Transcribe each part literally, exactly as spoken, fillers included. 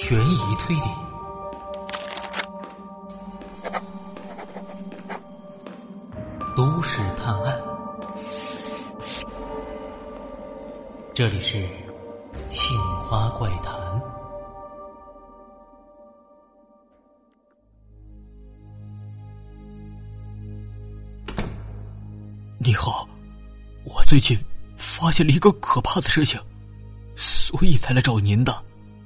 悬疑推理，都市探案。这里是杏花怪谈。 你好，我最近发现了一个可怕的事情，所以才来找您的。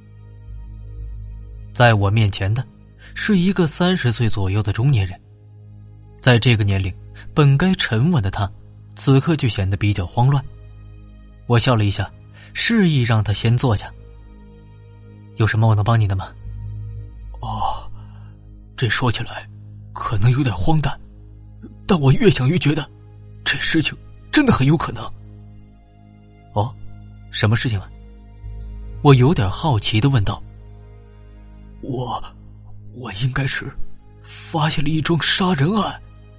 在我面前的是一个三十岁左右的中年人，在这个年龄本该沉稳的他，此刻就显得比较慌乱。我笑了一下，示意让他先坐下。有什么我能帮你的吗？ 哦，这说起来可能有点荒诞，但我越想越觉得这事情真的很有可能。 哦，什么事情啊？我有点好奇地问道。 我我应该是发现了一桩杀人案。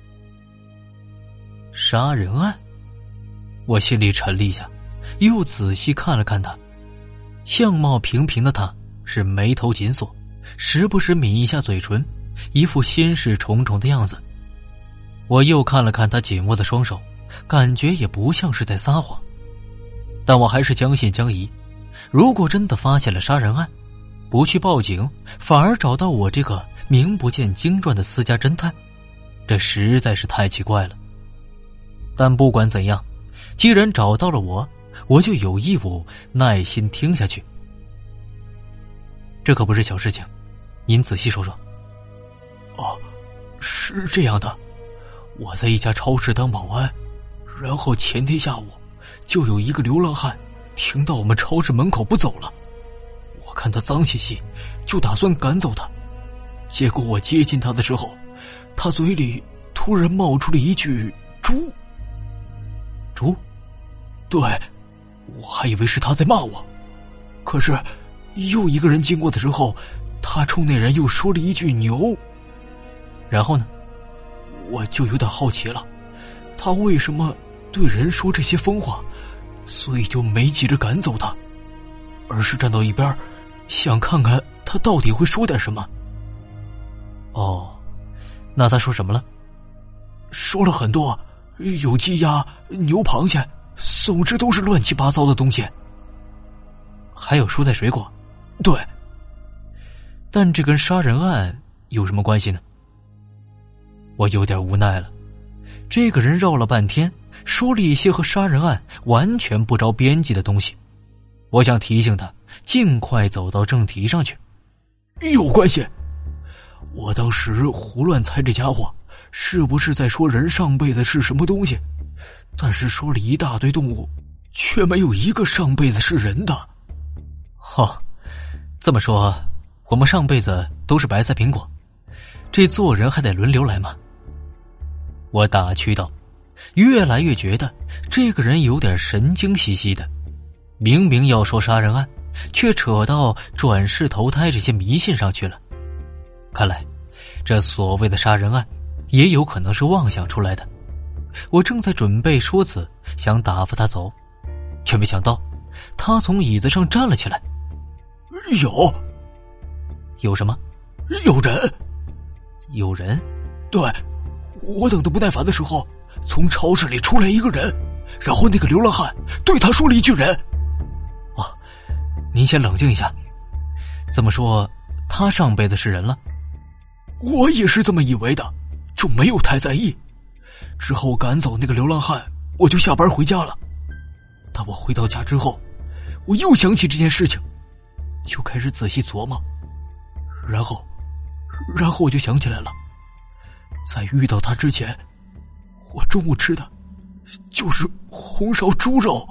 杀人案？我心里沉了一下，又仔细看了看他。相貌平平的他是眉头紧锁，时不时抿一下嘴唇，一副心事重重的样子。我又看了看他紧握的双手，感觉也不像是在撒谎。但我还是将信将疑，如果真的发现了杀人案，不去报警，反而找到我这个名不见经传的私家侦探，这实在是太奇怪了。但不管怎样，既然找到了我，我就有义务耐心听下去。这可不是小事情，您仔细说说。 哦，是这样的，我在一家超市当保安，然后前天下午就有一个流浪汉停到我们超市门口不走了。我看他脏兮兮，就打算赶走他。结果我接近他的时候，他嘴里突然冒出了一句猪。 猪？ 对，我还以为是他在骂我。可是又一个人经过的时候，他冲那人又说了一句牛。 然后呢？ 我就有点好奇了，他为什么对人说这些疯话，所以就没急着赶走他，而是站到一边想看看他到底会说点什么。 哦，那他说什么了？ 说了很多，有鸡鸭、牛螃蟹，总之都是乱七八糟的东西。 还有蔬菜水果？ 对。 但这跟杀人案有什么关系呢？我有点无奈了，这个人绕了半天，说了一些和杀人案完全不着边际的东西。我想提醒他尽快走到正题上去。 有关系，我当时胡乱猜这家伙是不是在说人上辈子是什么东西，但是说了一大堆动物，却没有一个上辈子是人的。 哦，这么说我们上辈子都是白菜苹果，这做人还得轮流来吗？我打趣道，越来越觉得这个人有点神经兮兮的，明明要说杀人案，却扯到转世投胎这些迷信上去了。看来这所谓的杀人案也有可能是妄想出来的。我正在准备说辞，想打发他走，却没想到他从椅子上站了起来。 有有什么？ 有人有人？ 对，我等得不耐烦的时候，从超市里出来一个人，然后那个流浪汉对他说了一句人。 哦，您先冷静一下。这么说他上辈子是人了？ 我也是这么以为的，就没有太在意。之后赶走那个流浪汉，我就下班回家了。但我回到家之后，我又想起这件事情，就开始仔细琢磨。然后然后我就想起来了，在遇到他之前，我中午吃的就是红烧猪肉。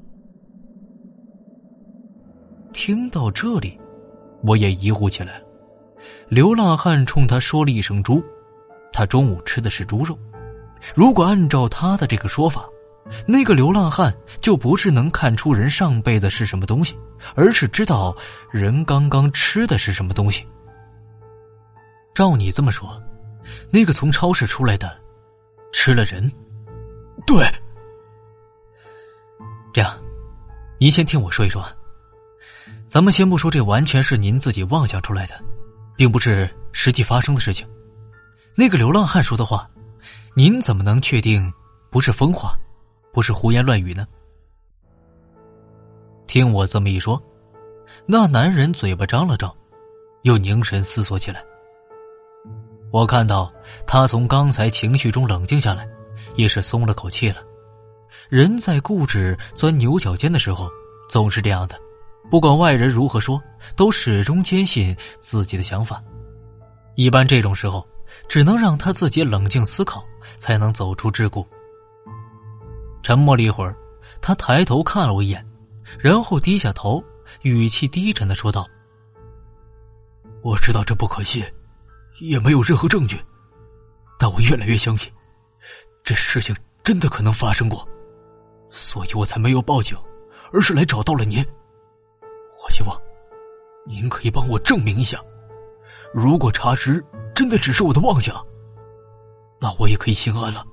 听到这里，我也疑惑起来了。流浪汉冲他说了一声猪，他中午吃的是猪肉。如果按照他的这个说法，那个流浪汉就不是能看出人上辈子是什么东西，而是知道人刚刚吃的是什么东西。照你这么说，那个从超市出来的吃了人？ 对。 这样，您先听我说一说。 咱们先不说这完全是您自己妄想出来的，并不是实际发生的事情。那个流浪汉说的话，您怎么能确定不是疯话，不是胡言乱语呢？听我这么一说，那男人嘴巴张了张，又凝神思索起来。我看到他从刚才情绪中冷静下来，也是松了口气了。人在固执钻牛角尖的时候，总是这样的，不管外人如何说，都始终坚信自己的想法。一般这种时候，只能让他自己冷静思考，才能走出桎梏。沉默了一会儿，他抬头看了我一眼，然后低下头，语气低沉地说道： 我知道这不可信，也没有任何证据，但我越来越相信这事情真的可能发生过，所以我才没有报警，而是来找到了您。我希望您可以帮我证明一下，如果查实真的只是我的妄想，那我也可以心安了。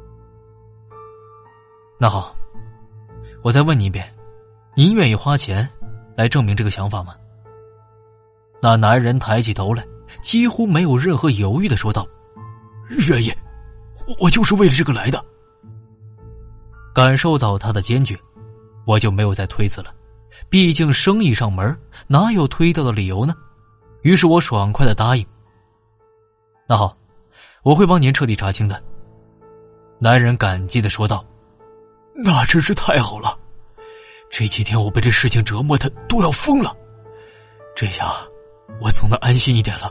那好，我再问你一遍，您愿意花钱来证明这个想法吗？那男人抬起头来，几乎没有任何犹豫地说道： 愿意，我就是为了这个来的。 感受到他的坚决，我就没有再推辞了，毕竟生意上门，哪有推掉的理由呢？于是我爽快地答应。那好，我会帮您彻底查清的。男人感激地说道。 那真是太好了，这几天我被这事情折磨的都要疯了，这下我总能安心一点了。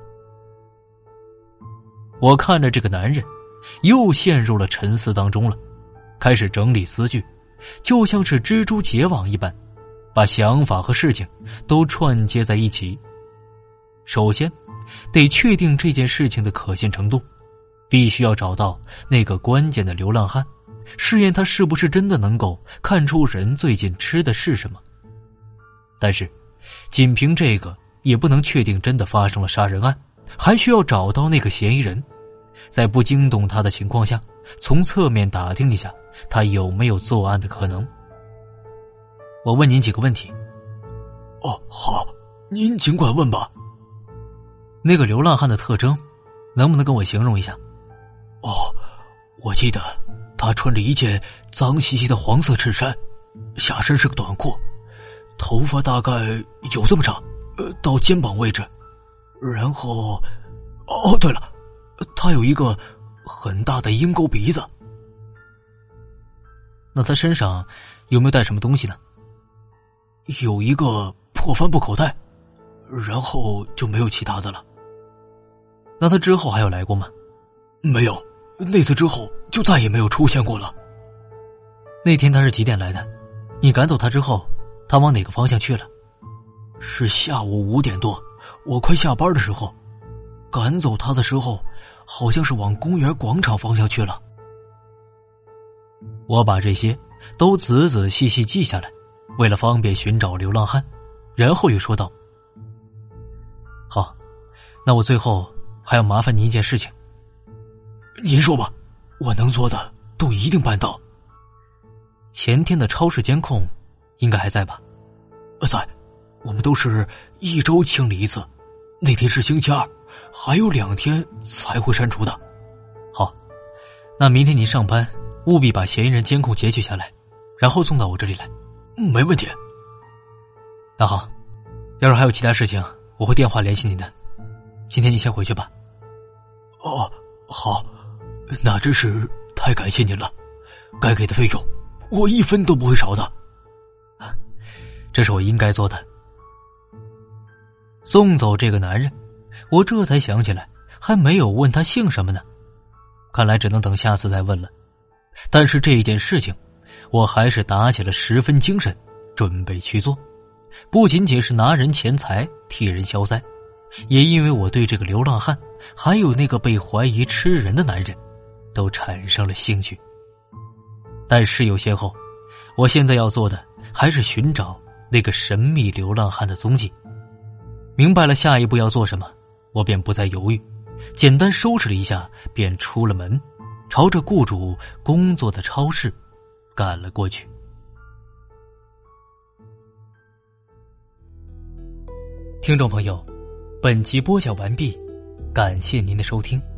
我看着这个男人又陷入了沉思当中了，开始整理思绪，就像是蜘蛛结网一般，把想法和事情都串接在一起。首先得确定这件事情的可信程度，必须要找到那个关键的流浪汉，试验他是不是真的能够看出人最近吃的是什么。但是仅凭这个也不能确定真的发生了杀人案，还需要找到那个嫌疑人，在不惊动他的情况下，从侧面打听一下他有没有作案的可能。我问您几个问题。 哦，好，您尽管问吧。 那个流浪汉的特征能不能跟我形容一下？ 哦，我记得他穿着一件脏兮兮的黄色衬衫，下身是个短裤，头发大概有这么长，呃，到肩膀位置。然后，哦，对了，他有一个很大的鹰钩鼻子。 那他身上有没有带什么东西呢？ 有一个破帆布口袋，然后就没有其他的了。 那他之后还有来过吗？ 没有，那次之后就再也没有出现过了。 那天他是几点来的？你赶走他之后，他往哪个方向去了？ 是下午五点多，我快下班的时候，赶走他的时候，好像是往公园广场方向去了。 我把这些都仔仔细细记下来，为了方便寻找流浪汉，然后又说道：好，那我最后还要麻烦您一件事情。 您说吧，我能做的都一定办到。 前天的超市监控应该还在吧？ 在，我们都是一周清理一次，那天是星期二，还有两天才会删除的。 好，那明天您上班务必把嫌疑人监控截取下来，然后送到我这里来。 没问题。 那好，要是还有其他事情，我会电话联系您的。今天您先回去吧。 哦，好，那真是太感谢您了，该给的费用我一分都不会少的。 这是我应该做的。送走这个男人，我这才想起来还没有问他姓什么呢，看来只能等下次再问了。但是这件事情我还是打起了十分精神，准备去做。不仅仅是拿人钱财替人消灾，也因为我对这个流浪汉还有那个被怀疑吃人的男人都产生了兴趣。但事有先后，我现在要做的还是寻找那个神秘流浪汉的踪迹。明白了下一步要做什么，我便不再犹豫，简单收拾了一下便出了门，朝着雇主工作的超市赶了过去。 听众朋友，本集播讲完毕，感谢您的收听。